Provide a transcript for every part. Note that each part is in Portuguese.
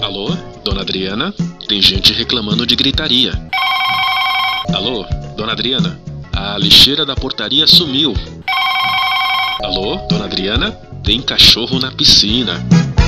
Alô, dona Adriana? Tem gente reclamando de gritaria. Alô, dona Adriana? A lixeira da portaria sumiu. Alô, dona Adriana? Tem cachorro na piscina.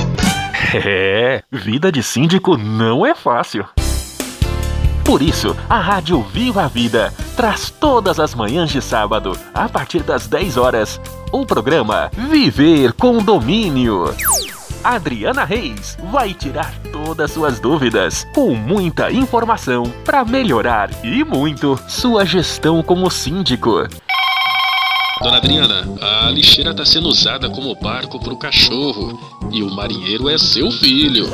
Vida de síndico não é fácil. Por isso, a Rádio Viva a Vida traz todas as manhãs de sábado, a partir das 10 horas, o programa Viver Condomínio. Adriana Reis vai tirar todas suas dúvidas, com muita informação para melhorar e muito sua gestão como síndico. Dona Adriana, a lixeira está sendo usada como barco para o cachorro e o marinheiro é seu filho.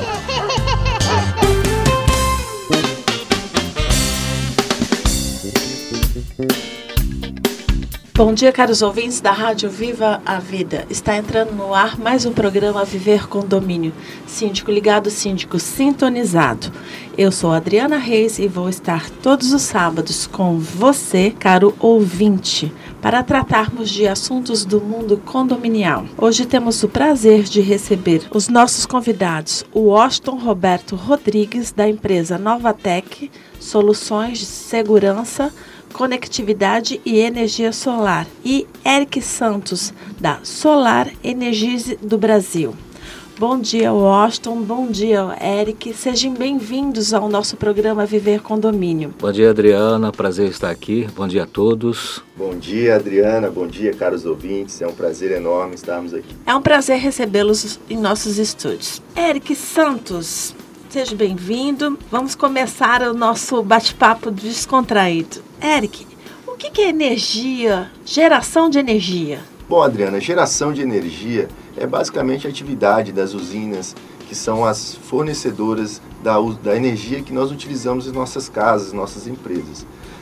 Bom dia, caros ouvintes da Rádio Viva a Vida. Está entrando no ar mais um programa Viver Condomínio. Síndico ligado, síndico sintonizado. Eu sou Adriana Reis e vou estar todos os sábados com você, caro ouvinte, para tratarmos de assuntos do mundo condominial. Hoje temos o prazer de receber os nossos convidados, o Washington Roberto Rodrigues, da empresa Novatec, Soluções de Segurança, Conectividade e Energia Solar, e Eric Santos, da Solar Energies do Brasil. Bom dia, Washington. Bom dia, Eric. Sejam bem-vindos ao nosso programa Viver Condomínio. Bom dia, Adriana. Prazer estar aqui. Bom dia a todos. Bom dia, Adriana. Bom dia, caros ouvintes. É um prazer enorme estarmos aqui. É um prazer recebê-los em nossos estúdios. Eric Santos, seja bem-vindo. Vamos começar o nosso bate-papo descontraído. Eric, o que é energia, geração de energia? Bom, Adriana, geração de energia é basicamente a atividade das usinas, que são as fornecedoras da energia que nós utilizamos em nossas casas, nossas empresas.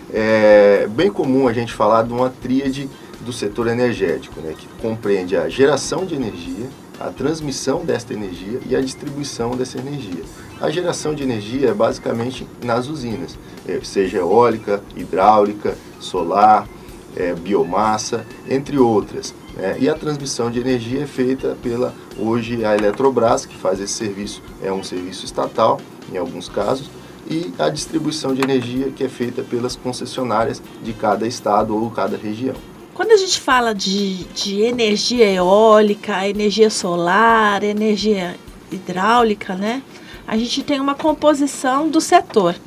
É bem comum a gente falar de uma tríade do setor energético, né, que compreende a geração de energia, a transmissão desta energia e a distribuição dessa energia. A geração de energia é basicamente nas usinas, seja eólica, hidráulica, solar, biomassa, entre outras. E a transmissão de energia é feita hoje a Eletrobras, que faz esse serviço, é um serviço estatal, em alguns casos, e a distribuição de energia que é feita pelas concessionárias de cada estado ou cada região. Quando a gente fala de energia eólica, energia solar, energia hidráulica, né? A gente tem uma composição do setor.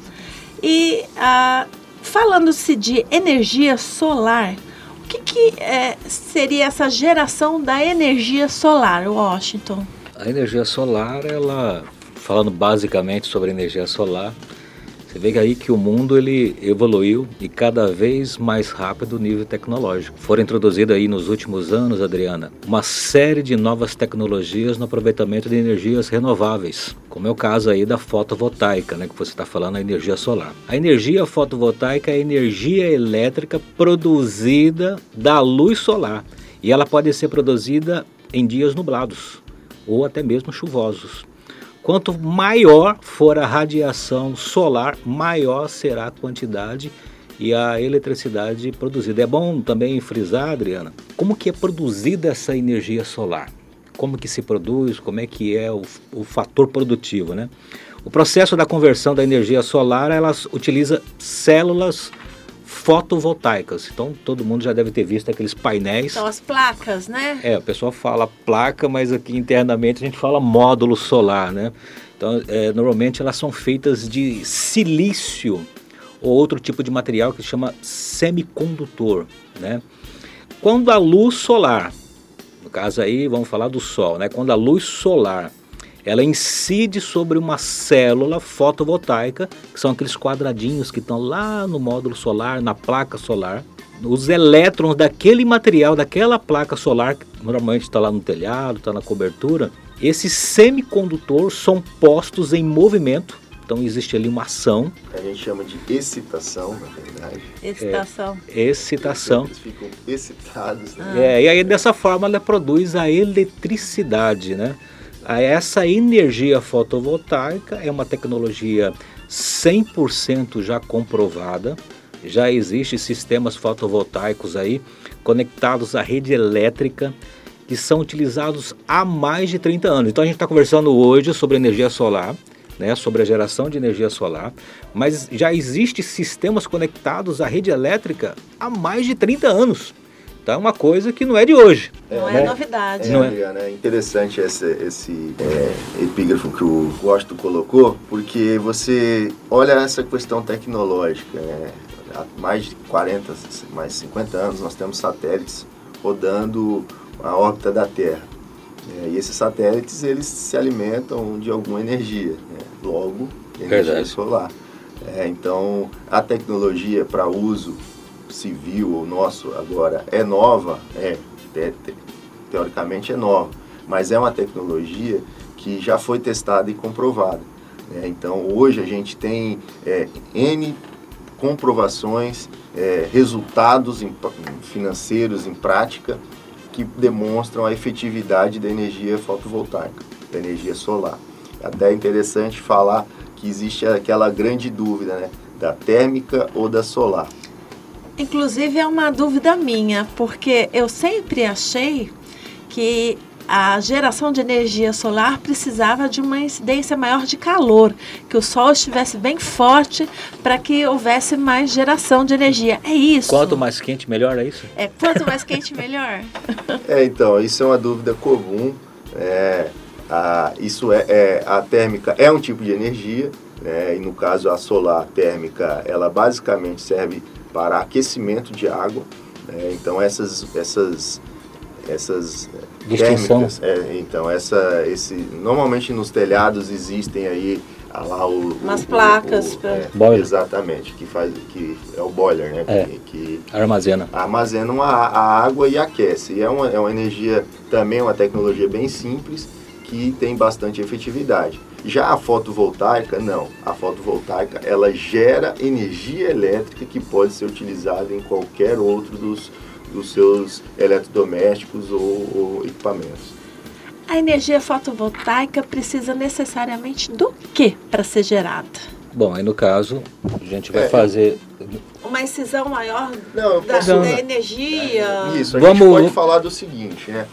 E falando-se de energia solar, o que seria essa geração da energia solar, Washington? A energia solar, falando basicamente sobre a energia solar, você vê aí que o mundo ele evoluiu e cada vez mais rápido o nível tecnológico. Foram introduzidas aí nos últimos anos, Adriana, uma série de novas tecnologias no aproveitamento de energias renováveis, como é o caso aí da fotovoltaica, né, que você está falando, a energia solar. A energia fotovoltaica é a energia elétrica produzida da luz solar e ela pode ser produzida em dias nublados ou até mesmo chuvosos. Quanto maior for a radiação solar, maior será a quantidade e a eletricidade produzida. É bom também frisar, Adriana, como que é produzida essa energia solar? Como que se produz, como é que é o fator produtivo, né? O processo da conversão da energia solar, ela utiliza células fotovoltaicas. Então, todo mundo já deve ter visto aqueles painéis. São as placas, né? O pessoal fala placa, mas aqui internamente a gente fala módulo solar, né? Então, normalmente elas são feitas de silício ou outro tipo de material que se chama semicondutor, né? Quando a luz solar, no caso aí vamos falar do sol, né? Quando a luz solar ela incide sobre uma célula fotovoltaica, que são aqueles quadradinhos que estão lá no módulo solar, na placa solar. Os elétrons daquele material, daquela placa solar, que normalmente está lá no telhado, está na cobertura, esses semicondutores são postos em movimento. Então existe ali uma ação. A gente chama de excitação, na verdade. Excitação. Eles ficam excitados, né? E aí dessa forma ela produz a eletricidade, né? Essa energia fotovoltaica é uma tecnologia 100% já comprovada. Já existem sistemas fotovoltaicos aí conectados à rede elétrica que são utilizados há mais de 30 anos. Então a gente está conversando hoje sobre energia solar, né, sobre a geração de energia solar, mas já existem sistemas conectados à rede elétrica há mais de 30 anos. Então é uma coisa que não é de hoje. Não é novidade. É interessante esse epígrafo que o Washington colocou, porque você olha essa questão tecnológica. Há mais de 40, mais 50 anos nós temos satélites rodando a órbita da Terra. E esses satélites, eles se alimentam de alguma energia, né? Logo, energia solar. Então, a tecnologia para uso civil ou nosso agora é nova, teoricamente é nova, mas é uma tecnologia que já foi testada e comprovada. Então, hoje a gente tem N comprovações, resultados financeiros em prática, que demonstram a efetividade da energia fotovoltaica, da energia solar. Até é interessante falar que existe aquela grande dúvida, né, da térmica ou da solar. Inclusive é uma dúvida minha, porque eu sempre achei que a geração de energia solar precisava de uma incidência maior de calor, que o sol estivesse bem forte para que houvesse mais geração de energia. É isso? Quanto mais quente, melhor, é isso? Quanto mais quente, melhor. Então, isso é uma dúvida comum. A térmica é um tipo de energia, e no caso a solar térmica, ela basicamente serve para aquecimento de água. Então, essas térmicas, normalmente nos telhados existem aí umas placas boiler. Exatamente, que é o boiler, né? Que armazena a água e aquece. E é uma energia, também uma tecnologia bem simples, que tem bastante efetividade. Já a fotovoltaica, não. A fotovoltaica, ela gera energia elétrica que pode ser utilizada em qualquer outro dos seus eletrodomésticos ou equipamentos. A energia fotovoltaica precisa necessariamente do que para ser gerada? Bom, aí no caso, a gente vai fazer uma incisão maior da energia. Isso, a gente pode falar do seguinte, né?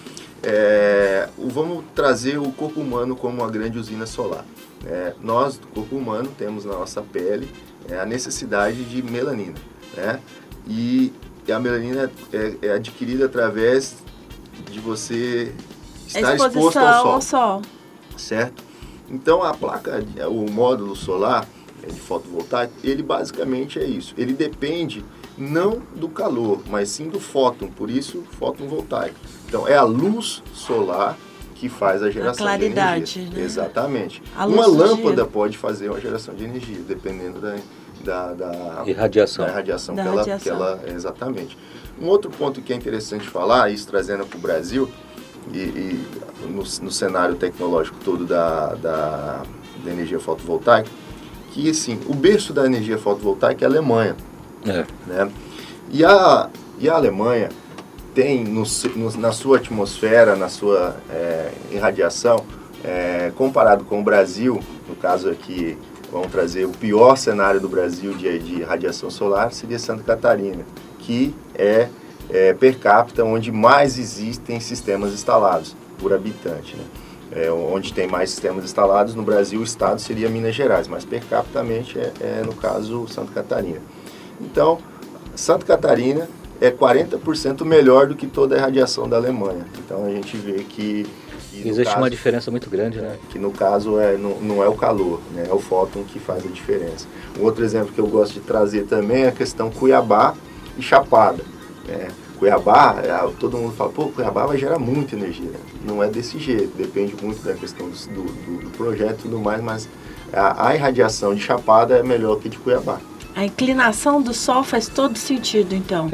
Vamos trazer o corpo humano como uma grande usina solar. Nós, do corpo humano, temos na nossa pele a necessidade de melanina, né? E a melanina é adquirida através de você estar exposto ao sol. Certo? Então, a placa, o módulo solar de fotovoltaico, ele basicamente é isso. Ele depende não do calor, mas sim do fóton, por isso fotovoltaico. Então, é a luz solar que faz a geração de energia. Né? Exatamente. Uma lâmpada pode fazer uma geração de energia, dependendo da irradiação. Que ela exatamente. Um outro ponto que é interessante falar, isso trazendo para o Brasil, e no cenário tecnológico todo da energia fotovoltaica, que assim, o berço da energia fotovoltaica é a Alemanha. Né? E a Alemanha tem na sua atmosfera, na sua irradiação, comparado com o Brasil, no caso aqui, vamos trazer o pior cenário do Brasil de radiação solar, seria Santa Catarina, que é per capita onde mais existem sistemas instalados por habitante. Né? Onde tem mais sistemas instalados no Brasil, o estado seria Minas Gerais, mas per capitamente no caso, Santa Catarina. Então, Santa Catarina é 40% melhor do que toda a radiação da Alemanha. Então, a gente vê que existe uma diferença muito grande, né? Que no caso não é o calor, né? É o fóton que faz a diferença. Um outro exemplo que eu gosto de trazer também é a questão Cuiabá e Chapada. Cuiabá, todo mundo fala, Cuiabá vai gerar muita energia. Não é desse jeito, depende muito da questão do projeto e tudo mais, mas a irradiação de Chapada é melhor que de Cuiabá. A inclinação do Sol faz todo sentido, então.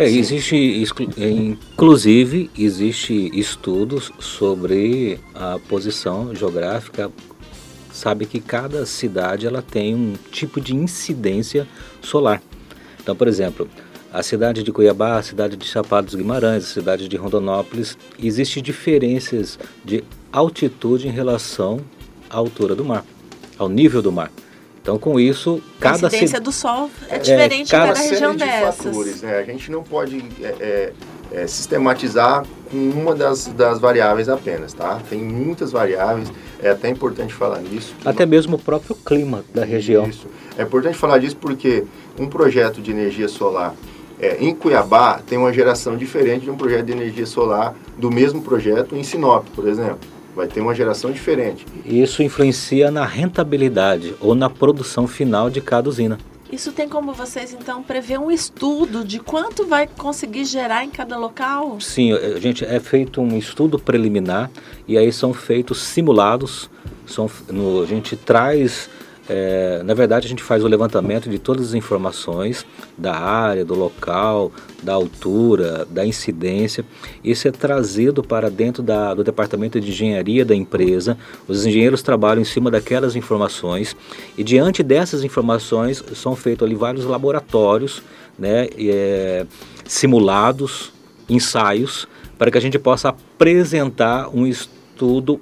Inclusive, existe estudos sobre a posição geográfica. Sabe que cada cidade ela tem um tipo de incidência solar. Então, por exemplo, a cidade de Cuiabá, a cidade de Chapada dos Guimarães, a cidade de Rondonópolis, existem diferenças de altitude em relação à altura do mar, ao nível do mar. Então, com isso, cada... A incidência do Sol é diferente em cada região dessas. Fatores, né? A gente não pode sistematizar com uma das variáveis apenas, tá? Tem muitas variáveis, é até importante falar nisso. Até mesmo o próprio clima da região. Isso. É importante falar disso porque um projeto de energia solar em Cuiabá tem uma geração diferente de um projeto de energia solar do mesmo projeto em Sinop, por exemplo. Vai ter uma geração diferente. Isso influencia na rentabilidade ou na produção final de cada usina. Isso tem como vocês, então, prever um estudo de quanto vai conseguir gerar em cada local? Sim, gente, é feito um estudo preliminar e aí são feitos simulados. A gente traz, na verdade, a gente faz o levantamento de todas as informações da área, do local, da altura, da incidência. Isso é trazido para dentro do departamento de engenharia da empresa. Os engenheiros trabalham em cima daquelas informações e diante dessas informações são feitos ali vários laboratórios, né, simulados, ensaios, para que a gente possa apresentar um estudo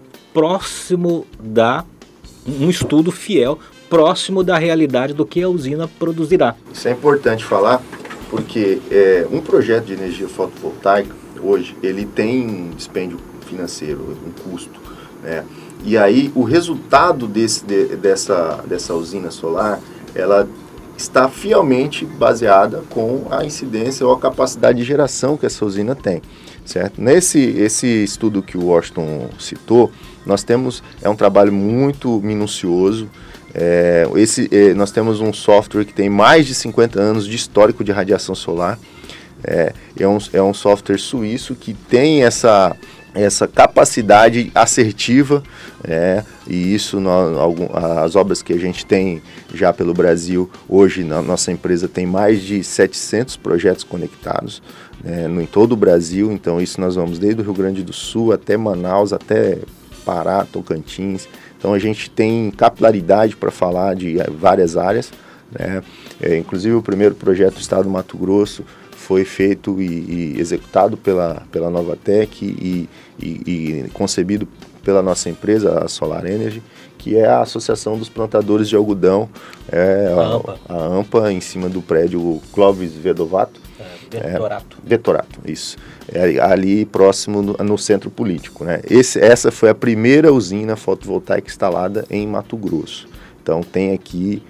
um estudo fiel, próximo da realidade do que a usina produzirá. Isso é importante falar, porque um projeto de energia fotovoltaica, hoje, ele tem um dispêndio financeiro, um custo, né? E aí, o resultado dessa usina solar, ela está fielmente baseada com a incidência ou a capacidade de geração que essa usina tem, certo? Esse estudo que o Washington citou, nós temos, um trabalho muito minucioso. Nós temos um software que tem mais de 50 anos de histórico de radiação solar. É um software suíço que tem essa capacidade assertiva, e isso, as obras que a gente tem já pelo Brasil, hoje na nossa empresa tem mais de 700 projetos conectados, em todo o Brasil. Então isso nós vamos desde o Rio Grande do Sul até Manaus, até Pará, Tocantins. Então a gente tem capilaridade para falar de várias áreas, né? Inclusive o primeiro projeto do estado do Mato Grosso foi feito e executado pela Novatec e concebido pela nossa empresa, a Solar Energy, que é a Associação dos Plantadores de Algodão, a AMPA, em cima do prédio Clóvis Vedovato. Vetorato, isso. Ali próximo no centro político, né? Essa foi a primeira usina fotovoltaica instalada em Mato Grosso. Então tem aqui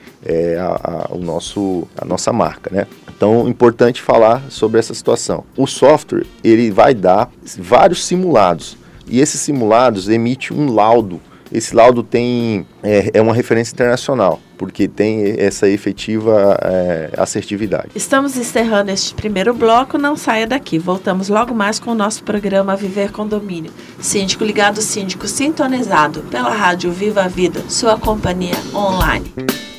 a nossa marca, né? Então, importante falar sobre essa situação. O software, ele vai dar vários simulados, e esses simulados emitem um laudo. Esse laudo tem uma referência internacional, porque tem essa efetiva assertividade. Estamos encerrando este primeiro bloco, não saia daqui. Voltamos logo mais com o nosso programa Viver Condomínio. Síndico ligado, síndico sintonizado pela Rádio Viva a Vida, sua companhia online.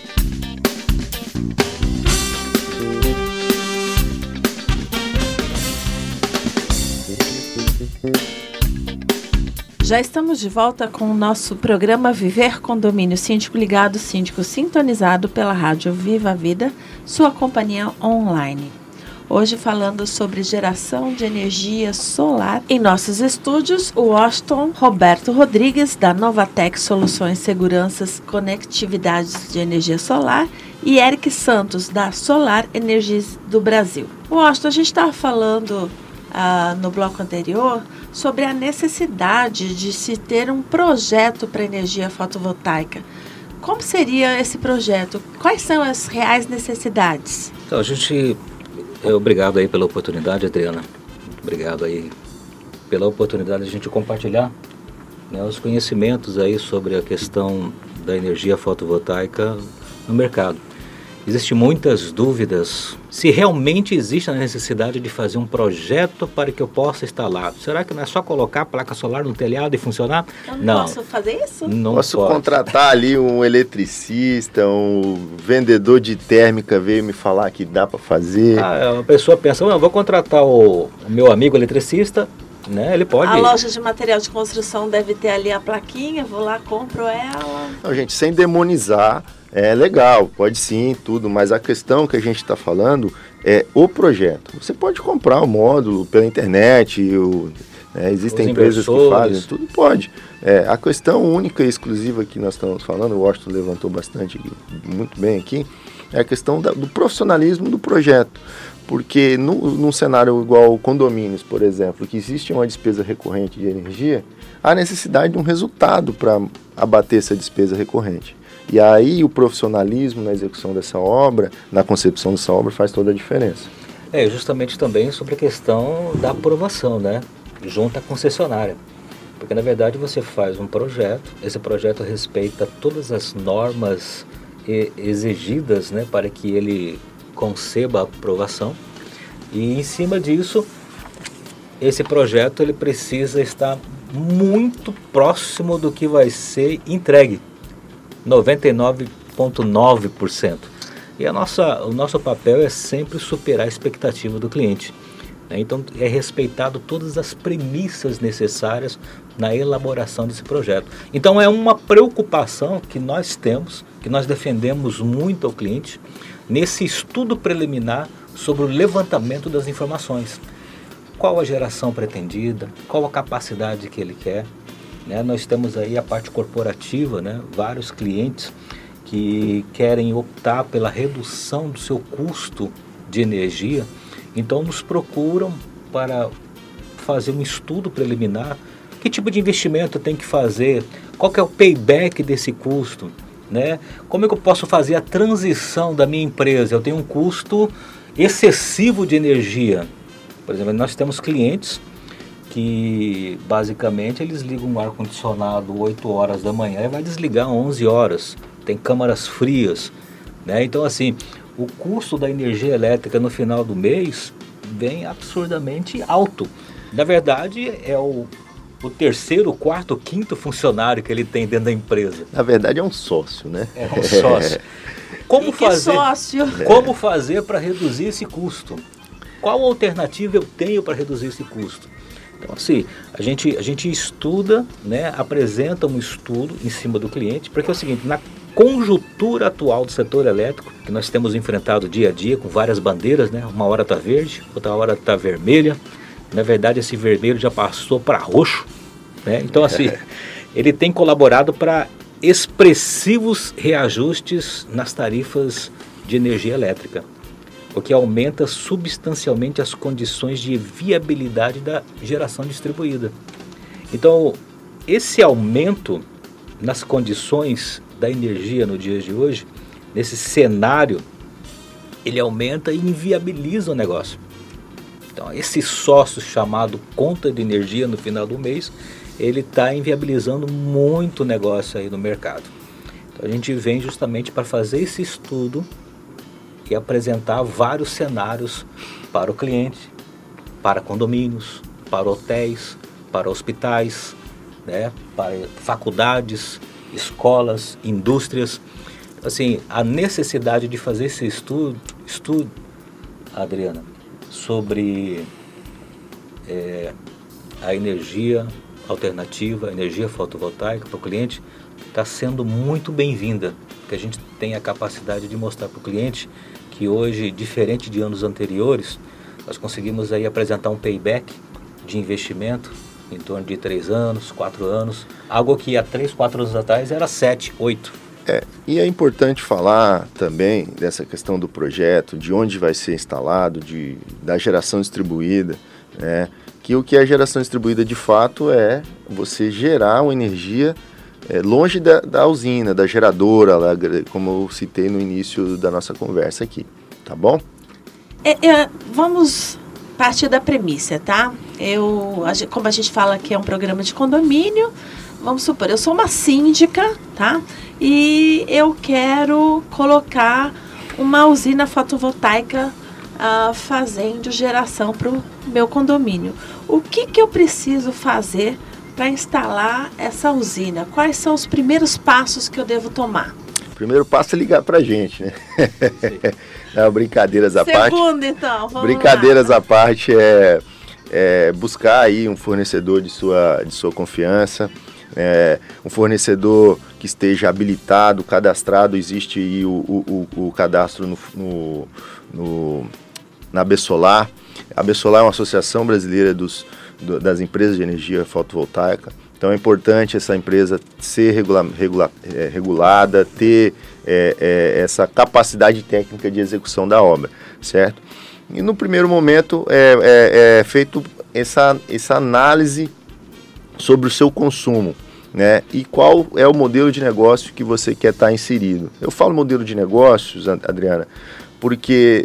Já estamos de volta com o nosso programa Viver Condomínio, síndico ligado, síndico sintonizado pela Rádio Viva a Vida, sua companhia online. Hoje falando sobre geração de energia solar. Em nossos estúdios, o Washington Roberto Rodrigues, da Novatec Soluções Seguranças Conectividades de Energia Solar, e Eric Santos, da Solar Energias do Brasil. Washington, a gente estava falando no bloco anterior sobre a necessidade de se ter um projeto para energia fotovoltaica. Como seria esse projeto? Quais são as reais necessidades? Então, obrigado aí pela oportunidade, Adriana. Obrigado aí pela oportunidade de a gente compartilhar, né, os conhecimentos aí sobre a questão da energia fotovoltaica no mercado. Existem muitas dúvidas se realmente existe a necessidade de fazer um projeto para que eu possa instalar. Será que não é só colocar a placa solar no telhado e funcionar? Eu não posso fazer isso? Não posso contratar ali um eletricista, um vendedor de térmica veio me falar que dá para fazer. A pessoa pensa, eu vou contratar o meu amigo eletricista, né? Ele pode. A loja de material de construção deve ter ali a plaquinha, vou lá, compro ela. Não, gente, sem demonizar. É legal, pode sim, tudo, mas a questão que a gente está falando é o projeto. Você pode comprar o módulo pela internet, existem empresas que fazem, tudo pode. A questão única e exclusiva que nós estamos falando, o Washington levantou muito bem aqui, É a questão do profissionalismo do projeto. Porque num cenário igual condomínios, por exemplo, que existe uma despesa recorrente de energia, há necessidade de um resultado para abater essa despesa recorrente. E aí o profissionalismo na execução dessa obra, na concepção dessa obra, faz toda a diferença. Justamente também sobre a questão da aprovação, né? Junto à concessionária. Porque na verdade você faz um projeto, esse projeto respeita todas as normas exigidas, né, para que ele conceba a aprovação, e em cima disso esse projeto ele precisa estar muito próximo do que vai ser entregue, 99,9%. E o nosso papel é sempre superar a expectativa do cliente, né? Então é respeitado todas as premissas necessárias na elaboração desse projeto. Então é uma preocupação que nós temos, que nós defendemos muito ao cliente, nesse estudo preliminar sobre o levantamento das informações. Qual a geração pretendida, qual a capacidade que ele quer, né? Nós temos aí a parte corporativa, né? Vários clientes que querem optar pela redução do seu custo de energia, então nos procuram para fazer um estudo preliminar. Que tipo de investimento tem que fazer? Qual que é o payback desse custo? Né? Como é que eu posso fazer a transição da minha empresa? Eu tenho um custo excessivo de energia. Por exemplo, nós temos clientes que basicamente eles ligam o ar-condicionado 8 horas da manhã e vai desligar 11 horas. Tem câmaras frias, né? Então assim, o custo da energia elétrica no final do mês vem absurdamente alto. Na verdade é o terceiro, quarto, quinto funcionário que ele tem dentro da empresa. Na verdade é um sócio, né? É um sócio. Como fazer para reduzir esse custo? Qual alternativa eu tenho para reduzir esse custo? Então assim, a gente estuda, né, apresenta um estudo em cima do cliente, porque é o seguinte, na conjuntura atual do setor elétrico, que nós temos enfrentado dia a dia com várias bandeiras, né? Uma hora está verde, outra hora está vermelha. Na verdade, esse vermelho já passou para roxo, né? Então, assim, ele tem colaborado para expressivos reajustes nas tarifas de energia elétrica, o que aumenta substancialmente as condições de viabilidade da geração distribuída. Então, esse aumento nas condições da energia no dia de hoje, nesse cenário, ele aumenta e inviabiliza o negócio. Então, esse sócio chamado conta de energia no final do mês, ele está inviabilizando muito negócio aí no mercado. Então, a gente vem justamente para fazer esse estudo e apresentar vários cenários para o cliente, para condomínios, para hotéis, para hospitais, né, para faculdades, escolas, indústrias. Assim, a necessidade de fazer esse estudo, Adriana, sobre a energia alternativa, a energia fotovoltaica para o cliente, está sendo muito bem-vinda, porque a gente tem a capacidade de mostrar para o cliente que hoje, diferente de anos anteriores, nós conseguimos aí apresentar um payback de investimento em torno de 3 anos, 4 anos, algo que há 3, 4 anos atrás era 7, 8. E é importante falar também dessa questão do projeto, de onde vai ser instalado, da geração distribuída, né? Que o que é geração distribuída de fato é você gerar uma energia longe da usina, da geradora, lá, como eu citei no início da nossa conversa aqui, tá bom? Vamos partir da premissa, tá? Como a gente fala que é um programa de condomínio, vamos supor, eu sou uma síndica, tá? E eu quero colocar uma usina fotovoltaica fazendo geração para o meu condomínio. O que eu preciso fazer para instalar essa usina? Quais são os primeiros passos que eu devo tomar? O primeiro passo é ligar para a gente, né? Não, brincadeiras à parte. Segundo, então, vamos brincadeiras lá. à parte é buscar aí um fornecedor de sua confiança, um fornecedor que esteja habilitado, cadastrado. Existe aí o cadastro na ABSolar. A ABSolar é uma associação brasileira das empresas de energia fotovoltaica. Então é importante essa empresa ser regulada, ter essa capacidade técnica de execução da obra, certo? E no primeiro momento é feito essa análise sobre o seu consumo, né? E qual é o modelo de negócio que você quer estar inserido. Eu falo modelo de negócios, Adriana, porque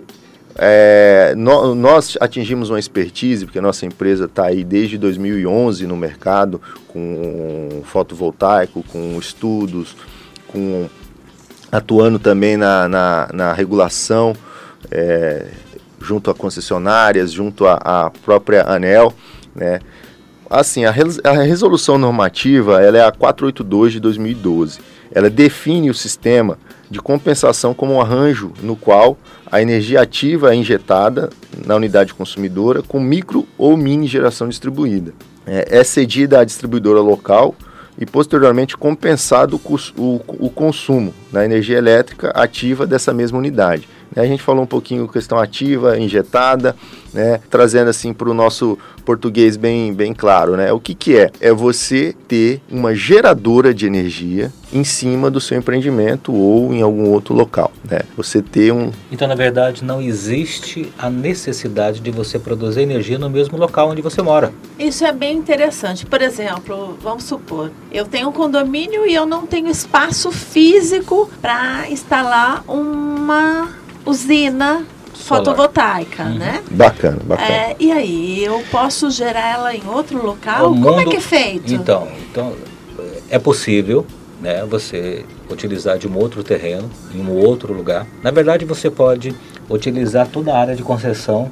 nós atingimos uma expertise, porque a nossa empresa está aí desde 2011 no mercado, com fotovoltaico, com estudos, atuando também na regulação, junto a concessionárias, junto à própria ANEEL, né? Assim, a resolução normativa, ela é a 482 de 2012. Ela define o sistema de compensação como um arranjo no qual a energia ativa é injetada na unidade consumidora com micro ou mini geração distribuída. É cedida à distribuidora local e posteriormente compensado o consumo da energia elétrica ativa dessa mesma unidade. A gente falou um pouquinho questão ativa, injetada, né, trazendo assim para o nosso português bem claro, né? O que é? É você ter uma geradora de energia em cima do seu empreendimento ou em algum outro local, né? Você ter Então, na verdade, não existe a necessidade de você produzir energia no mesmo local onde você mora. Isso é bem interessante. Por exemplo, vamos supor, eu tenho um condomínio e eu não tenho espaço físico para instalar uma usina fotovoltaica, né? Bacana. E aí, eu posso gerar ela em outro local? Como é que é feito? Então, é possível, né, você utilizar de um outro terreno, em um outro lugar. Na verdade, você pode utilizar toda a área de concessão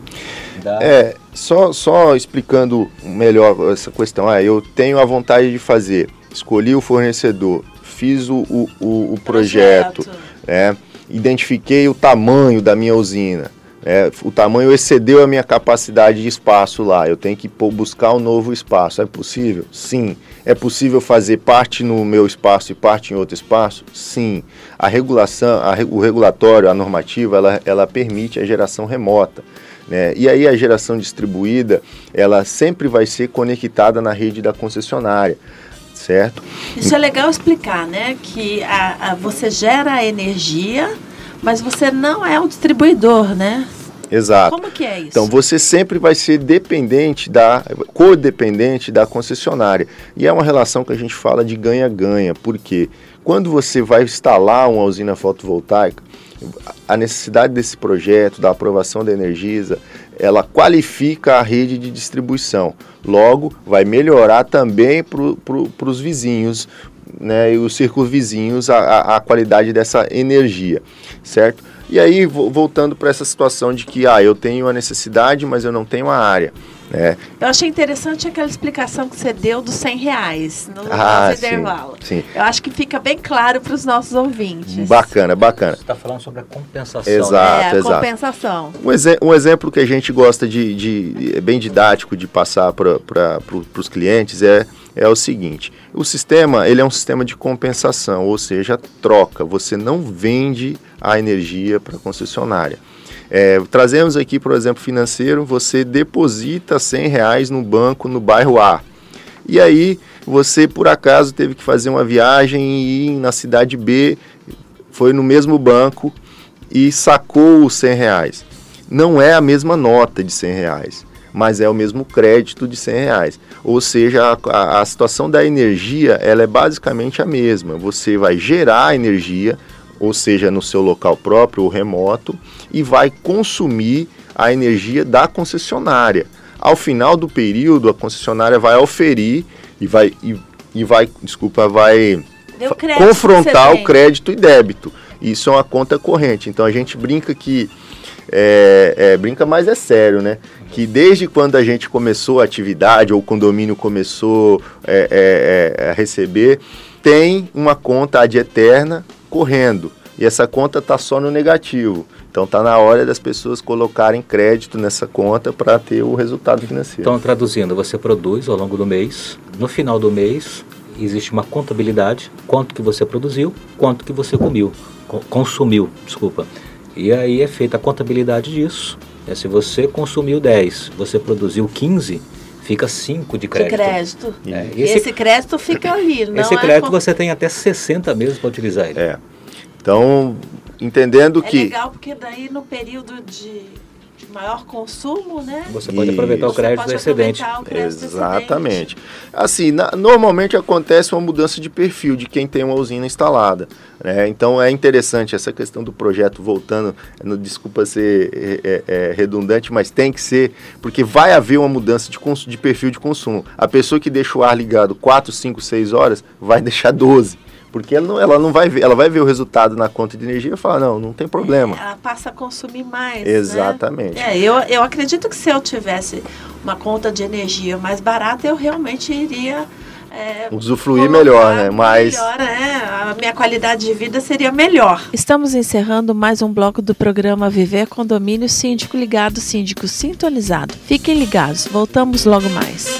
Só explicando melhor essa questão. Eu tenho a vontade de fazer, escolhi o fornecedor, fiz o projeto, identifiquei o tamanho da minha usina, o tamanho excedeu a minha capacidade de espaço lá, eu tenho que buscar um novo espaço. É possível? Sim. É possível fazer parte no meu espaço e parte em outro espaço? Sim. A regulação, o regulatório, a normativa, ela permite a geração remota, né? E aí a geração distribuída, ela sempre vai ser conectada na rede da concessionária. Certo? Isso é legal explicar, né? Que você gera a energia, mas você não é o distribuidor, né? Exato. Como que é isso? Então, você sempre vai ser codependente da concessionária. E é uma relação que a gente fala de ganha-ganha, porque quando você vai instalar uma usina fotovoltaica, a necessidade desse projeto, da aprovação da Energisa, ela qualifica a rede de distribuição. Logo, vai melhorar também para os vizinhos, né, e os circunvizinhos a qualidade dessa energia, certo? E aí, voltando para essa situação de que eu tenho a necessidade, mas eu não tenho a área. Eu achei interessante aquela explicação que você deu dos R$100 no nosso intervalo. Sim. Eu acho que fica bem claro para os nossos ouvintes. Bacana. Você está falando sobre a compensação. Exato, exato. Compensação. Um exemplo que a gente gosta é bem didático de passar para os clientes é o seguinte: o sistema, ele é um sistema de compensação, ou seja, troca. Você não vende a energia para a concessionária. Trazemos aqui, por exemplo, financeiro, você deposita R$100 no banco no bairro A. E aí, você, por acaso, teve que fazer uma viagem e ir na cidade B, foi no mesmo banco e sacou os R$100. Não é a mesma nota de R$100, mas é o mesmo crédito de R$100. Ou seja, a situação da energia, ela é basicamente a mesma. Você vai gerar energia, ou seja, no seu local próprio ou remoto, e vai consumir a energia da concessionária. Ao final do período, a concessionária vai oferir e vai confrontar o crédito e débito. Isso é uma conta corrente. Então a gente brinca que brinca, mas é sério, né? Que desde quando a gente começou a atividade ou o condomínio começou a receber, tem uma conta ad eterna correndo, e essa conta está só no negativo. Então está na hora das pessoas colocarem crédito nessa conta para ter o resultado financeiro. Então, traduzindo, você produz ao longo do mês, no final do mês existe uma contabilidade, quanto que você produziu, quanto que você consumiu. E aí é feita a contabilidade disso. Se você consumiu 10, você produziu 15, fica 5 de crédito. E esse crédito fica ali, não esse crédito você tem até 60 meses para utilizar ele. Então, entendendo que... É legal porque daí no período de maior consumo, né? Você pode aproveitar o crédito do excedente. Exatamente. Assim, normalmente acontece uma mudança de perfil de quem tem uma usina instalada, né? Então é interessante essa questão do projeto, voltando, desculpa ser redundante, mas tem que ser, porque vai haver uma mudança de perfil de consumo. A pessoa que deixa o ar ligado 4, 5, 6 horas vai deixar 12. Porque ela não vai ver, ela vai ver o resultado na conta de energia e falar, não tem problema. Ela passa a consumir mais. Exatamente. Né? Eu acredito que se eu tivesse uma conta de energia mais barata, eu realmente iria usufruir melhor, né? A minha qualidade de vida seria melhor. Estamos encerrando mais um bloco do programa Viver Condomínio Síndico Ligado, Síndico Sintonizado. Fiquem ligados, voltamos logo mais.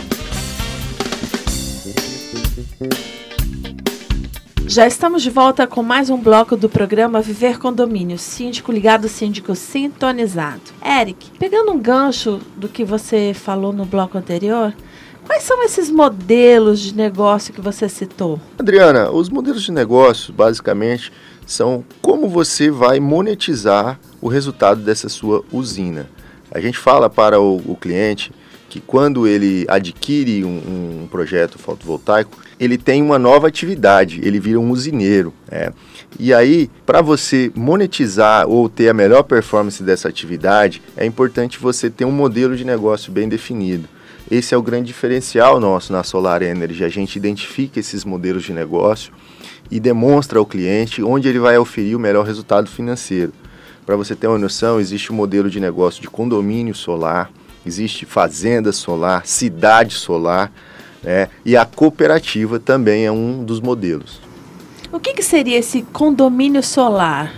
Já estamos de volta com mais um bloco do programa Viver Condomínio, Síndico Ligado, Síndico Sintonizado. Eric, pegando um gancho do que você falou no bloco anterior, quais são esses modelos de negócio que você citou? Adriana, os modelos de negócio, basicamente, são como você vai monetizar o resultado dessa sua usina. A gente fala para o cliente que quando ele adquire um projeto fotovoltaico, ele tem uma nova atividade, ele vira um usineiro. E aí, para você monetizar ou ter a melhor performance dessa atividade, é importante você ter um modelo de negócio bem definido. Esse é o grande diferencial nosso na Solar Energy. A gente identifica esses modelos de negócio e demonstra ao cliente onde ele vai oferir o melhor resultado financeiro. Para você ter uma noção, existe um modelo de negócio de condomínio solar, existe fazenda solar, cidade solar, né? E a cooperativa também é um dos modelos. O que seria esse condomínio solar?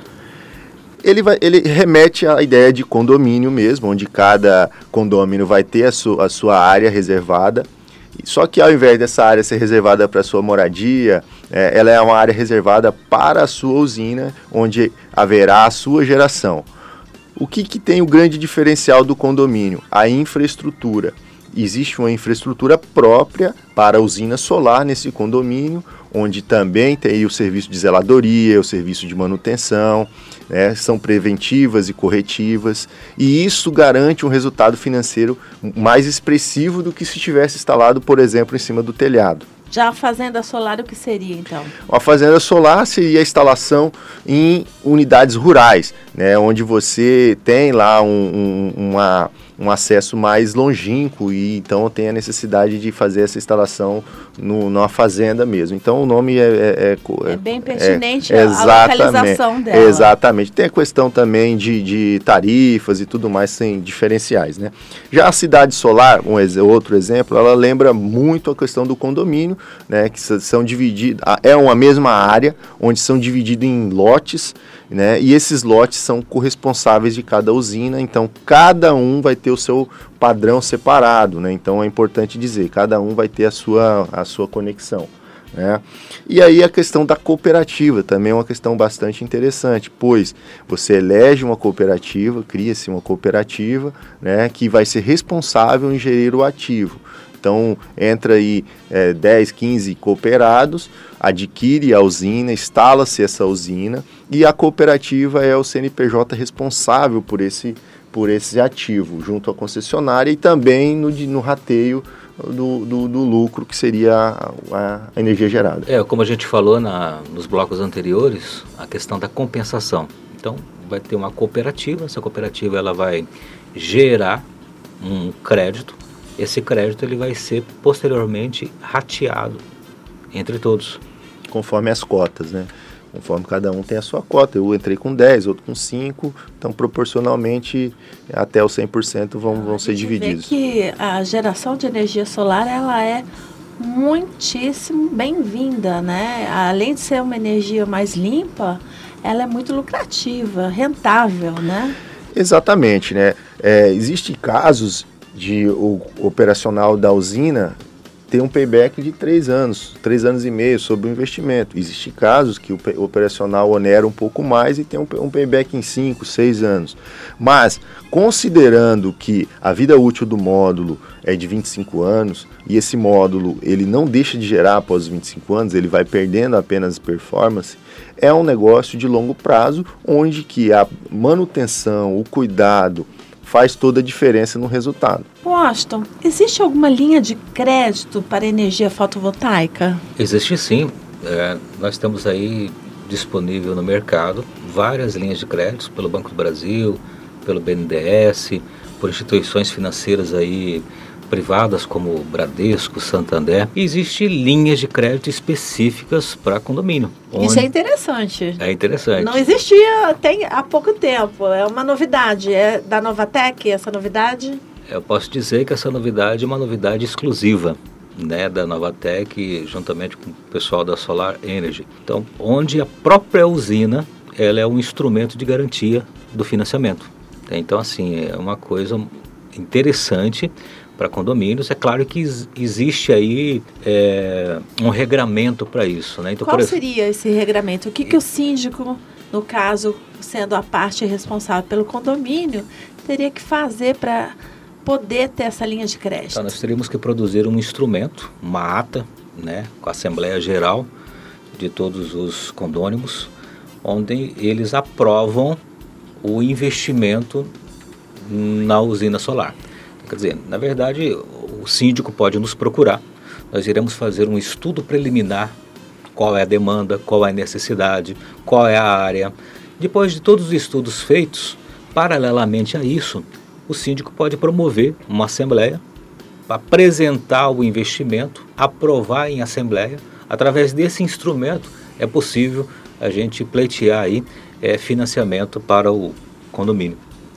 Ele remete à ideia de condomínio mesmo, onde cada condomínio vai ter a sua área reservada. Só que ao invés dessa área ser reservada para a sua moradia, ela é uma área reservada para a sua usina, onde haverá a sua geração. O que tem o grande diferencial do condomínio? A infraestrutura. Existe uma infraestrutura própria para a usina solar nesse condomínio, onde também tem o serviço de zeladoria, o serviço de manutenção, né? São preventivas e corretivas, e isso garante um resultado financeiro mais expressivo do que se tivesse instalado, por exemplo, em cima do telhado. Já a fazenda solar, o que seria, então? A fazenda solar seria a instalação em unidades rurais, né, onde você tem lá um acesso mais longínquo e então tem a necessidade de fazer essa instalação numa fazenda mesmo. Então o nome é bem pertinente a localização dela. Exatamente. Tem a questão também de tarifas e tudo mais, sem diferenciais, né? Já a cidade solar, outro exemplo, ela lembra muito a questão do condomínio, né, que são divididos, é uma mesma área, onde são divididos em lotes, né, e esses lotes são corresponsáveis de cada usina, então cada um vai ter o seu padrão separado, né, então é importante dizer, cada um vai ter a sua conexão, né. E aí a questão da cooperativa também é uma questão bastante interessante, pois você elege uma cooperativa, cria-se uma cooperativa, né, que vai ser responsável em gerir o ativo. Então, entra aí 10, 15 cooperados, adquire a usina, instala-se essa usina e a cooperativa é o CNPJ responsável por esse ativo, junto à concessionária e também no rateio do lucro, que seria a energia gerada. Como a gente falou nos blocos anteriores, a questão da compensação. Então, vai ter uma cooperativa, essa cooperativa ela vai gerar um crédito. Esse crédito ele vai ser posteriormente rateado entre todos. Conforme as cotas, né? Conforme cada um tem a sua cota. Eu entrei com 10, outro com 5, então proporcionalmente até os 100% vão ser divididos. Que a geração de energia solar ela é muitíssimo bem-vinda, né? Além de ser uma energia mais limpa, ela é muito lucrativa, rentável, né? Exatamente, né? Existem casos de o operacional da usina ter um payback de 3 anos, 3 anos e meio sobre o investimento. Existem casos que o operacional onera um pouco mais e tem um payback em 5, 6 anos. Mas, considerando que a vida útil do módulo é de 25 anos e esse módulo ele não deixa de gerar após os 25 anos, ele vai perdendo apenas performance, é um negócio de longo prazo, onde que a manutenção, o cuidado, faz toda a diferença no resultado. Washington, existe alguma linha de crédito para energia fotovoltaica? Existe sim. Nós temos aí disponível no mercado várias linhas de crédito pelo Banco do Brasil, pelo BNDES, por instituições financeiras aí privadas como Bradesco, Santander. E existem linhas de crédito específicas para condomínio. Isso é interessante. É interessante. Não existia há pouco tempo. É uma novidade. É da Novatec essa novidade? Eu posso dizer que essa novidade é uma novidade exclusiva, né, da Novatec, juntamente com o pessoal da Solar Energy. Então, onde a própria usina ela é um instrumento de garantia do financiamento. Então, assim, é uma coisa interessante para condomínios. É claro que existe aí um regramento para isso, né? Então, qual seria esse regramento? O que o síndico, no caso, sendo a parte responsável pelo condomínio, teria que fazer para poder ter essa linha de crédito? Então, nós teríamos que produzir um instrumento, uma ata, né, com a Assembleia Geral de todos os condôminos, onde eles aprovam o investimento na usina solar. Quer dizer, na verdade, o síndico pode nos procurar. Nós iremos fazer um estudo preliminar, qual é a demanda, qual é a necessidade, qual é a área. Depois de todos os estudos feitos, paralelamente a isso, o síndico pode promover uma assembleia para apresentar o investimento, aprovar em assembleia. Através desse instrumento é possível a gente pleitear aí financiamento para o condomínio.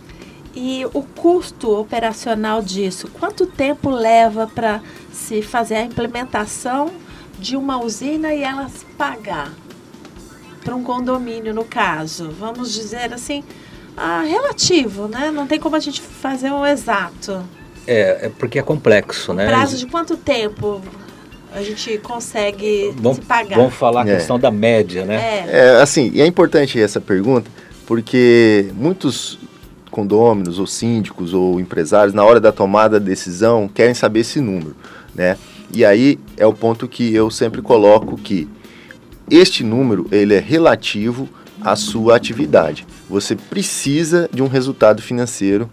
E o custo operacional disso, quanto tempo leva para se fazer a implementação de uma usina e ela se pagar para um condomínio, no caso? Vamos dizer assim, relativo, né? Não tem como a gente fazer um exato. É porque é complexo, né? Prazo de quanto tempo a gente consegue se pagar? Vamos falar a questão da média, né? Assim, e é importante essa pergunta, porque muitos condôminos, ou síndicos, ou empresários, na hora da tomada da decisão, querem saber esse número, né? E aí é o ponto que eu sempre coloco que este número, ele é relativo à sua atividade. Você precisa de um resultado financeiro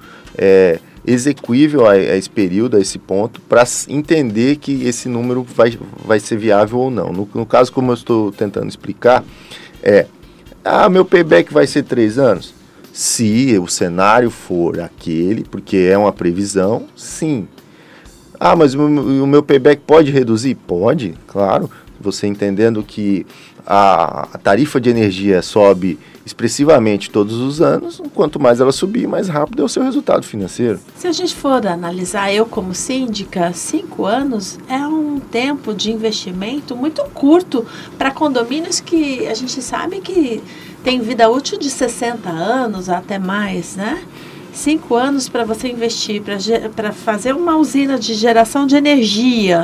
execuível a esse período, a esse ponto, para entender que esse número vai ser viável ou não. No caso, como eu estou tentando explicar, meu payback vai ser 3 anos? Se o cenário for aquele, porque é uma previsão, sim. Mas o meu payback pode reduzir? Pode, claro. Você entendendo que a tarifa de energia sobe expressivamente todos os anos, quanto mais ela subir, mais rápido é o seu resultado financeiro. Se a gente for analisar, eu como síndica, 5 anos é um tempo de investimento muito curto para condomínios que a gente sabe que tem vida útil de 60 anos, até mais, né? 5 anos para você investir, para fazer uma usina de geração de energia.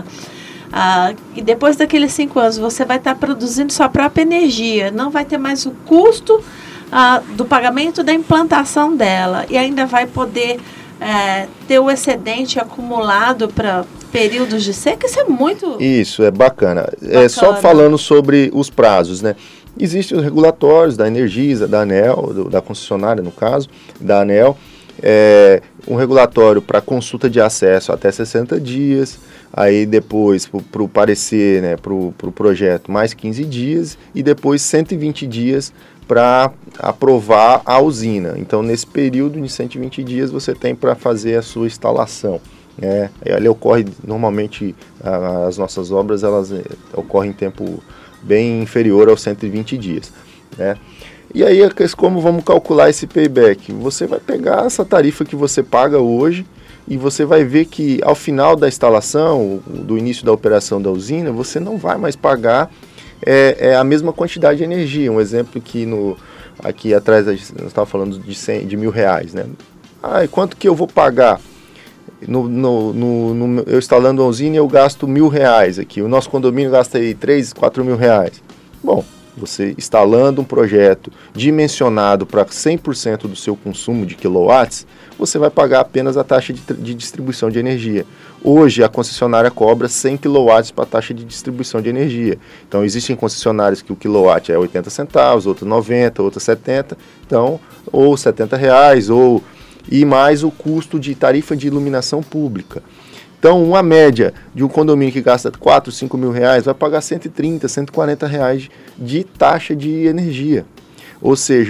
E depois daqueles 5 anos você vai estar produzindo sua própria energia. Não vai ter mais o custo do pagamento da implantação dela. E ainda vai poder ter o excedente acumulado para períodos de seca. Isso é muito... Isso, é bacana. Só falando sobre os prazos, né? Existem os regulatórios da Energisa, da ANEEL, da concessionária no caso, da ANEEL, um regulatório para consulta de acesso até 60 dias, aí depois para o parecer, né, para o projeto mais 15 dias e depois 120 dias para aprovar a usina. Então nesse período de 120 dias você tem para fazer a sua instalação. Ele ocorre, normalmente as nossas obras elas ocorrem em tempo bem inferior aos 120 dias, né? E aí, como vamos calcular esse payback? Você vai pegar essa tarifa que você paga hoje e você vai ver que ao final da instalação, do início da operação da usina, você não vai mais pagar a mesma quantidade de energia. Um exemplo que aqui atrás nós estávamos falando de R$100, de R$1.000, né? E quanto que eu vou pagar? eu instalando uma usina eu gasto R$1.000 aqui, o nosso condomínio gasta aí R$3.000, R$4.000. Bom, você instalando um projeto dimensionado para 100% do seu consumo de quilowatts, você vai pagar apenas a taxa de distribuição de energia. Hoje, a concessionária cobra 100 kW para a taxa de distribuição de energia. Então, existem concessionárias que o quilowatt é 80 centavos, outras 90, outras 70, então, ou R$70, e mais o custo de tarifa de iluminação pública. Então, uma média de um condomínio que gasta R$4.000, R$5.000 vai pagar R$130, R$140 de taxa de energia. Ou seja,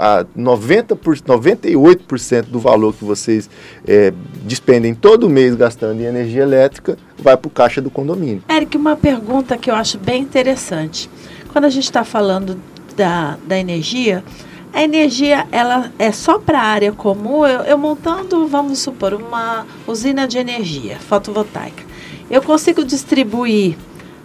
98% do valor que vocês despendem todo mês gastando em energia elétrica vai para o caixa do condomínio. Eric, uma pergunta que eu acho bem interessante. Quando a gente está falando da energia, a energia ela é só para a área comum. Eu montando, vamos supor, uma usina de energia fotovoltaica. Eu consigo distribuir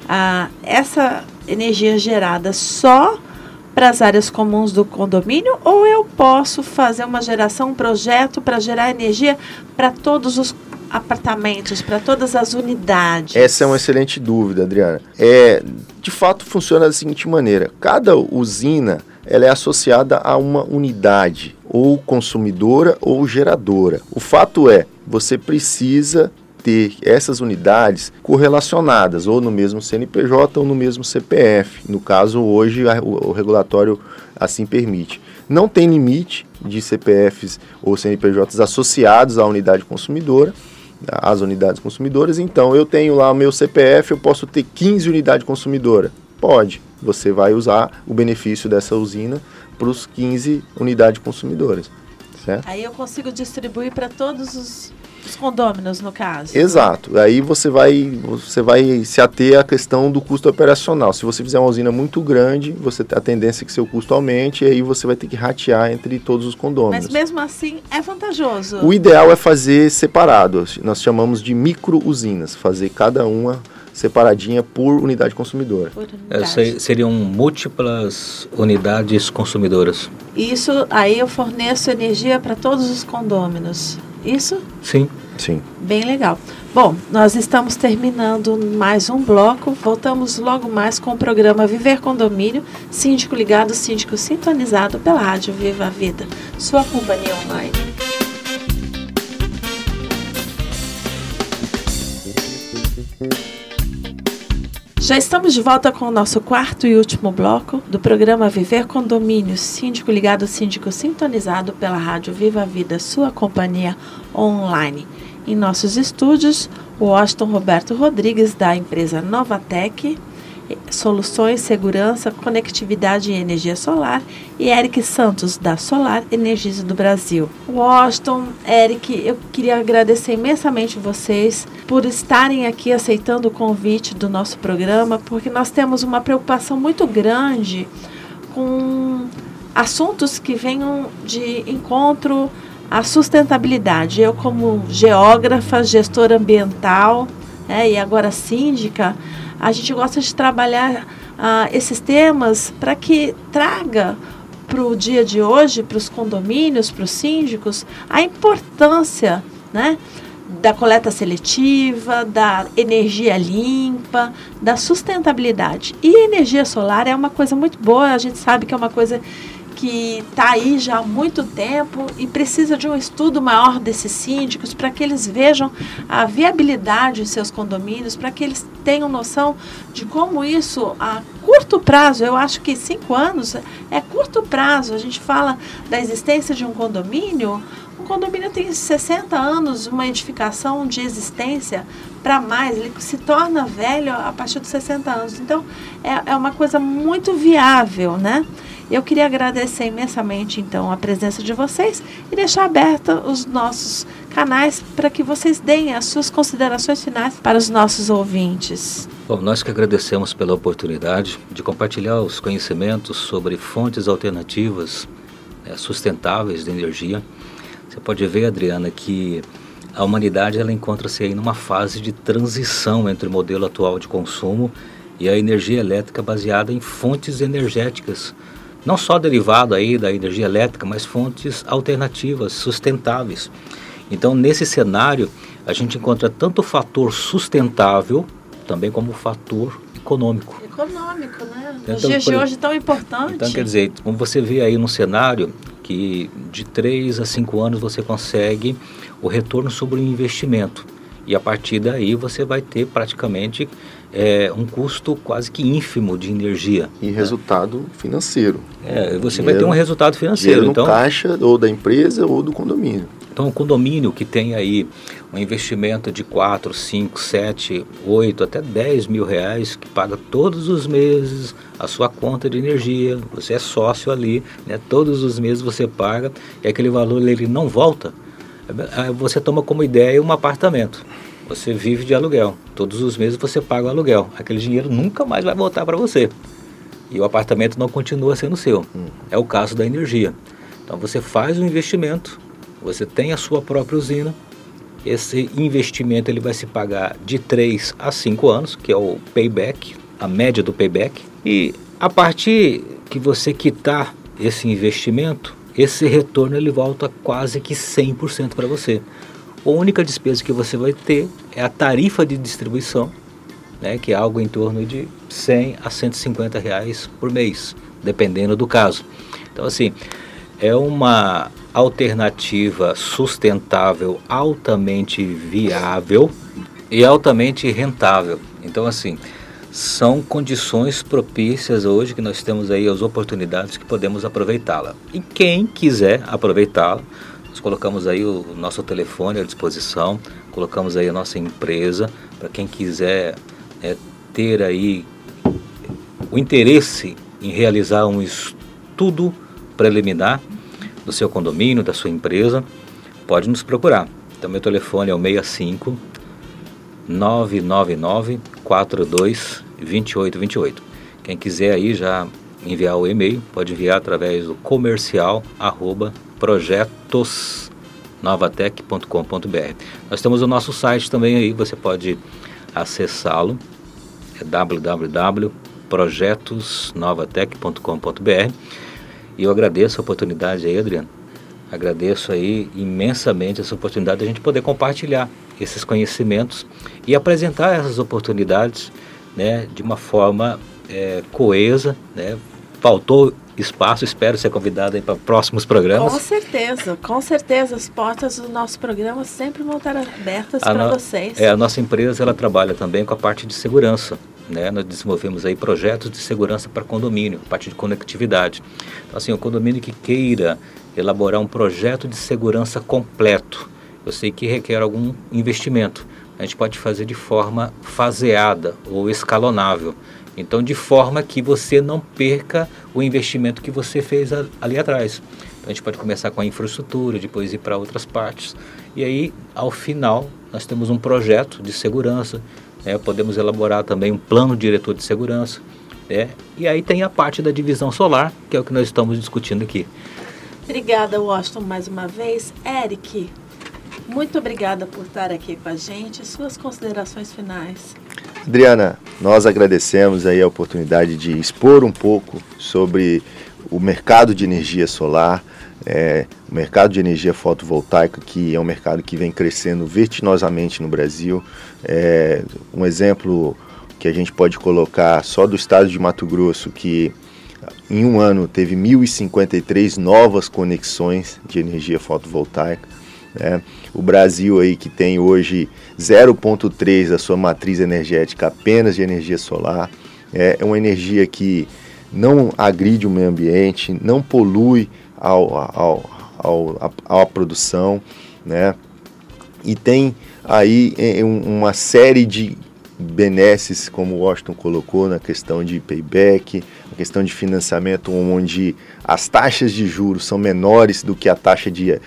essa energia gerada só para as áreas comuns do condomínio, ou eu posso fazer uma geração, um projeto para gerar energia para todos os apartamentos, para todas as unidades? Essa é uma excelente dúvida, Adriana. De fato, funciona da seguinte maneira. Cada usina ela é associada a uma unidade, ou consumidora ou geradora. O fato é, você precisa ter essas unidades correlacionadas, ou no mesmo CNPJ ou no mesmo CPF. No caso, hoje, o regulatório assim permite. Não tem limite de CPFs ou CNPJs associados à unidade consumidora, às unidades consumidoras. Então, eu tenho lá o meu CPF, eu posso ter 15 unidades consumidoras. Pode. Você vai usar o benefício dessa usina para os 15 unidades consumidoras. Certo? Aí eu consigo distribuir para todos os condôminos, no caso. Exato. Aí você vai se ater à questão do custo operacional. Se você fizer uma usina muito grande, a tendência é que seu custo aumente, e aí você vai ter que ratear entre todos os condôminos. Mas mesmo assim é vantajoso. O ideal é fazer separado. Nós chamamos de micro-usinas, fazer cada uma separadinha por unidade consumidora. Seriam múltiplas unidades consumidoras. Isso, aí eu forneço energia para todos os condôminos. Isso? Sim. Sim. Bem legal. Bom, nós estamos terminando mais um bloco. Voltamos logo mais com o programa Viver Condomínio, síndico ligado, síndico sintonizado pela Rádio Viva a Vida, sua companhia online. Já estamos de volta com o nosso quarto e último bloco do programa Viver Condomínio, síndico ligado, síndico sintonizado pela Rádio Viva a Vida, sua companhia online. Em nossos estúdios, o Washington Roberto Rodrigues, da empresa Novatec, Soluções, Segurança, Conectividade e Energia Solar, e Eric Santos, da Solar Energisa do Brasil. Washington, Eric, eu queria agradecer imensamente vocês por estarem aqui aceitando o convite do nosso programa, porque nós temos uma preocupação muito grande com assuntos que venham de encontro à sustentabilidade. Eu, como geógrafa, gestora ambiental, e agora síndica, a gente gosta de trabalhar esses temas para que traga para o dia de hoje, para os condomínios, para os síndicos, a importância, da coleta seletiva, da energia limpa, da sustentabilidade. E a energia solar é uma coisa muito boa, a gente sabe que é uma coisa que está aí já há muito tempo e precisa de um estudo maior desses síndicos para que eles vejam a viabilidade de seus condomínios, para que eles tenham noção de como isso, a curto prazo, eu acho que 5 anos é curto prazo. A gente fala da existência de um condomínio tem 60 anos, uma edificação de existência para mais, ele se torna velho a partir dos 60 anos. Então, é uma coisa muito viável, Eu queria agradecer imensamente, então, a presença de vocês e deixar aberta os nossos canais para que vocês deem as suas considerações finais para os nossos ouvintes. Bom, nós que agradecemos pela oportunidade de compartilhar os conhecimentos sobre fontes alternativas sustentáveis de energia. Você pode ver, Adriana, que a humanidade ela encontra-se aí numa fase de transição entre o modelo atual de consumo e a energia elétrica baseada em fontes energéticas, não só derivado aí da energia elétrica, mas fontes alternativas, sustentáveis. Então, nesse cenário, a gente encontra tanto o fator sustentável, também como o fator econômico. Econômico, né? Então, Nos dias de hoje tão importante. Então, quer dizer, como você vê aí no cenário, que de 3 a 5 anos você consegue o retorno sobre o investimento. E a partir daí você vai ter praticamente um custo quase que ínfimo de energia. E resultado financeiro. Você vai ter um resultado financeiro. Dinheiro no caixa ou da empresa ou do condomínio. Então, o condomínio que tem aí um investimento de 4, 5, 7, 8, até 10 mil reais, que paga todos os meses a sua conta de energia, você é sócio ali, né? Todos os meses você paga, e aquele valor ele não volta, você toma como ideia um apartamento. Você vive de aluguel, todos os meses você paga o aluguel, aquele dinheiro nunca mais vai voltar para você, e o apartamento não continua sendo seu. É o caso da energia. Então, você faz um investimento, você tem a sua própria usina, esse investimento ele vai se pagar de 3 a 5 anos, que é o payback, a média do payback. E a partir que você quitar esse investimento, esse retorno ele volta quase que 100% para você. A única despesa que você vai ter é a tarifa de distribuição, né, que é algo em torno de 100 a 150 reais por mês, dependendo do caso. Então, assim, é uma alternativa sustentável, altamente viável e altamente rentável. Então, assim, são condições propícias hoje que nós temos aí as oportunidades que podemos aproveitá-la. E quem quiser aproveitá-la, nós colocamos aí o nosso telefone à disposição, colocamos aí a nossa empresa, para quem quiser ter aí o interesse em realizar um estudo preliminar do seu condomínio, da sua empresa, pode nos procurar. Então, meu telefone é o 65 999 42 28 28. Quem quiser aí já enviar o e-mail, pode enviar através do comercial@projetosnovatec.com.br. Nós temos o nosso site também aí, você pode acessá-lo, é www.projetosnovatec.com.br. E eu agradeço a oportunidade aí, Adriano. Agradeço aí imensamente essa oportunidade de a gente poder compartilhar esses conhecimentos e apresentar essas oportunidades, né, de uma forma coesa, né? Faltou espaço, espero ser convidado aí para próximos programas. Com certeza, as portas do nosso programa sempre vão estar abertas para vocês. A nossa empresa ela trabalha também com a parte de segurança. Né, nós desenvolvemos aí projetos de segurança para condomínio, parte de conectividade. Então, assim, o condomínio que queira elaborar um projeto de segurança completo, eu sei que requer algum investimento. A gente pode fazer de forma faseada ou escalonável. Então, de forma que você não perca o investimento que você fez ali atrás. Então, a gente pode começar com a infraestrutura, depois ir para outras partes. E aí, ao final, nós temos um projeto de segurança. Podemos elaborar também um plano diretor de segurança, e aí tem a parte da divisão solar, que é o que nós estamos discutindo aqui. Obrigada, Washington, mais uma vez. Eric, muito obrigada por estar aqui com a gente. Suas considerações finais. Adriana, nós agradecemos aí a oportunidade de expor um pouco sobre o mercado de energia solar, o mercado de energia fotovoltaica, que é um mercado que vem crescendo vertiginosamente no Brasil. Um exemplo que a gente pode colocar só do estado de Mato Grosso, que em um ano teve 1.053 novas conexões de energia fotovoltaica. O Brasil aí que tem hoje 0,3 da sua matriz energética apenas de energia solar. É uma energia que não agride o meio ambiente, não polui a produção, né? E tem aí uma série de benesses, como o Washington colocou, na questão de payback, a questão de financiamento, onde as taxas de juros são menores do que a taxa de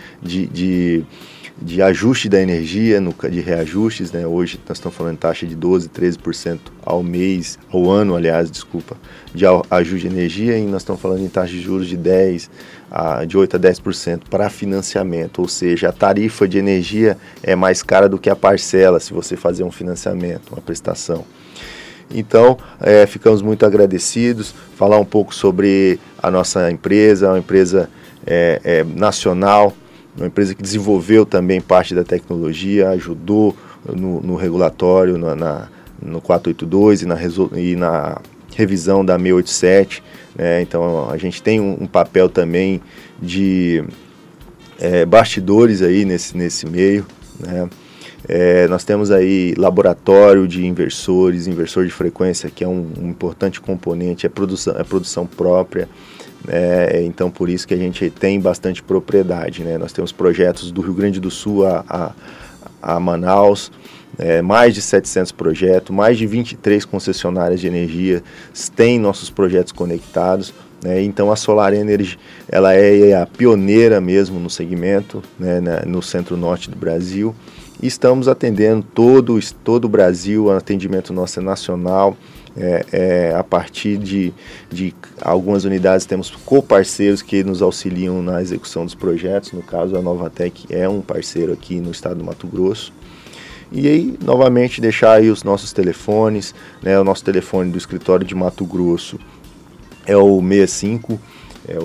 ajuste da energia, de reajustes, né? Hoje nós estamos falando de taxa de 12%, 13% ao mês, ao ano, aliás, desculpa, de ajuste de energia, e nós estamos falando em taxa de juros de 8% a 10% para financiamento, ou seja, a tarifa de energia é mais cara do que a parcela se você fazer um financiamento, uma prestação. Então, ficamos muito agradecidos, falar um pouco sobre a nossa empresa, uma empresa nacional, uma empresa que desenvolveu também parte da tecnologia, ajudou no regulatório, no 482 e na revisão da 687, né? Então a gente tem um papel também de bastidores aí nesse meio, né? Nós temos aí laboratório de inversor de frequência, que é um importante componente, é produção própria, né? Então por isso que a gente tem bastante propriedade, né? Nós temos projetos do Rio Grande do Sul a Manaus, mais de 700 projetos, mais de 23 concessionárias de energia têm nossos projetos conectados, né? Então a Solar Energy ela é a pioneira mesmo no segmento, né, no centro-norte do Brasil, e estamos atendendo todo o Brasil. O atendimento nosso é nacional, a partir de algumas unidades temos co-parceiros que nos auxiliam na execução dos projetos. No caso, a Novatec é um parceiro aqui no estado do Mato Grosso. E aí, novamente, deixar aí os nossos telefones, né? O nosso telefone do escritório de Mato Grosso é o 65, o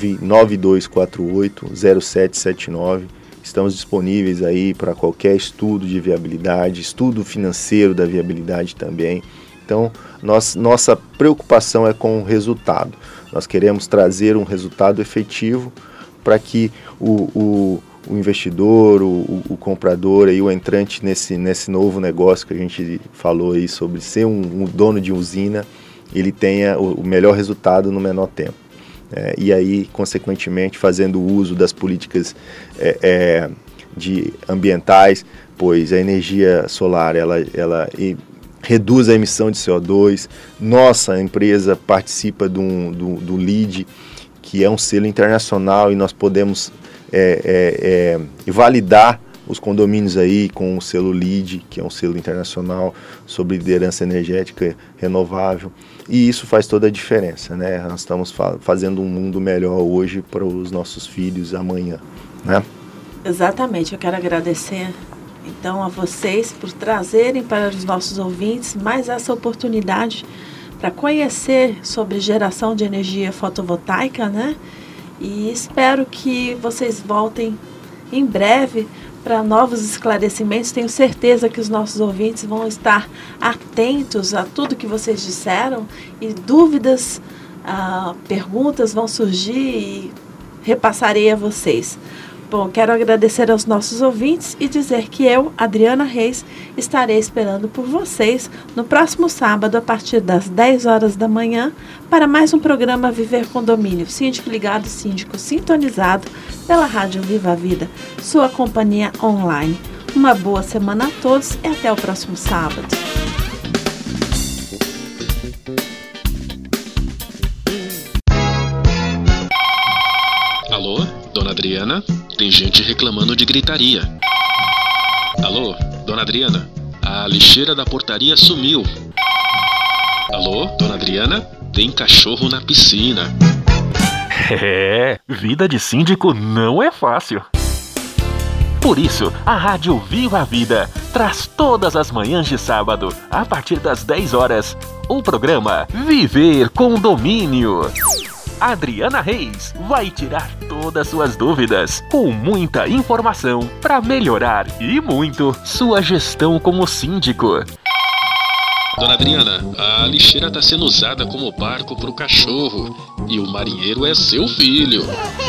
99248-0779. Estamos disponíveis aí para qualquer estudo de viabilidade, estudo financeiro da viabilidade também. Então, nossa preocupação é com o resultado. Nós queremos trazer um resultado efetivo para que o investidor, o comprador, aí, o entrante nesse novo negócio que a gente falou aí sobre ser um dono de usina, ele tenha o melhor resultado no menor tempo. E aí, consequentemente, fazendo uso das políticas ambientais, pois a energia solar ela reduz a emissão de CO2. Nossa empresa participa do LEED, que é um selo internacional, e nós podemos validar os condomínios aí com o selo LEED, que é um selo internacional sobre liderança energética renovável, e isso faz toda a diferença, né? Nós estamos fazendo um mundo melhor hoje para os nossos filhos amanhã, né? Exatamente, eu quero agradecer então a vocês por trazerem para os nossos ouvintes mais essa oportunidade para conhecer sobre geração de energia fotovoltaica, né? E espero que vocês voltem em breve para novos esclarecimentos. Tenho certeza que os nossos ouvintes vão estar atentos a tudo que vocês disseram, e dúvidas, perguntas vão surgir e repassarei a vocês. Bom, quero agradecer aos nossos ouvintes e dizer que eu, Adriana Reis, estarei esperando por vocês no próximo sábado, a partir das 10 horas da manhã, para mais um programa Viver Condomínio. Síndico ligado, síndico sintonizado pela Rádio Viva a Vida, sua companhia online. Uma boa semana a todos e até o próximo sábado. Alô, dona Adriana? Tem gente reclamando de gritaria. Alô, dona Adriana? A lixeira da portaria sumiu. Alô, dona Adriana? Tem cachorro na piscina. Vida de síndico não é fácil. Por isso, a Rádio Viva a Vida traz todas as manhãs de sábado, a partir das 10 horas, o programa Viver Condomínio. Adriana Reis vai tirar todas suas dúvidas, com muita informação para melhorar e muito sua gestão como síndico. Dona Adriana, a lixeira está sendo usada como barco para o cachorro e o marinheiro é seu filho.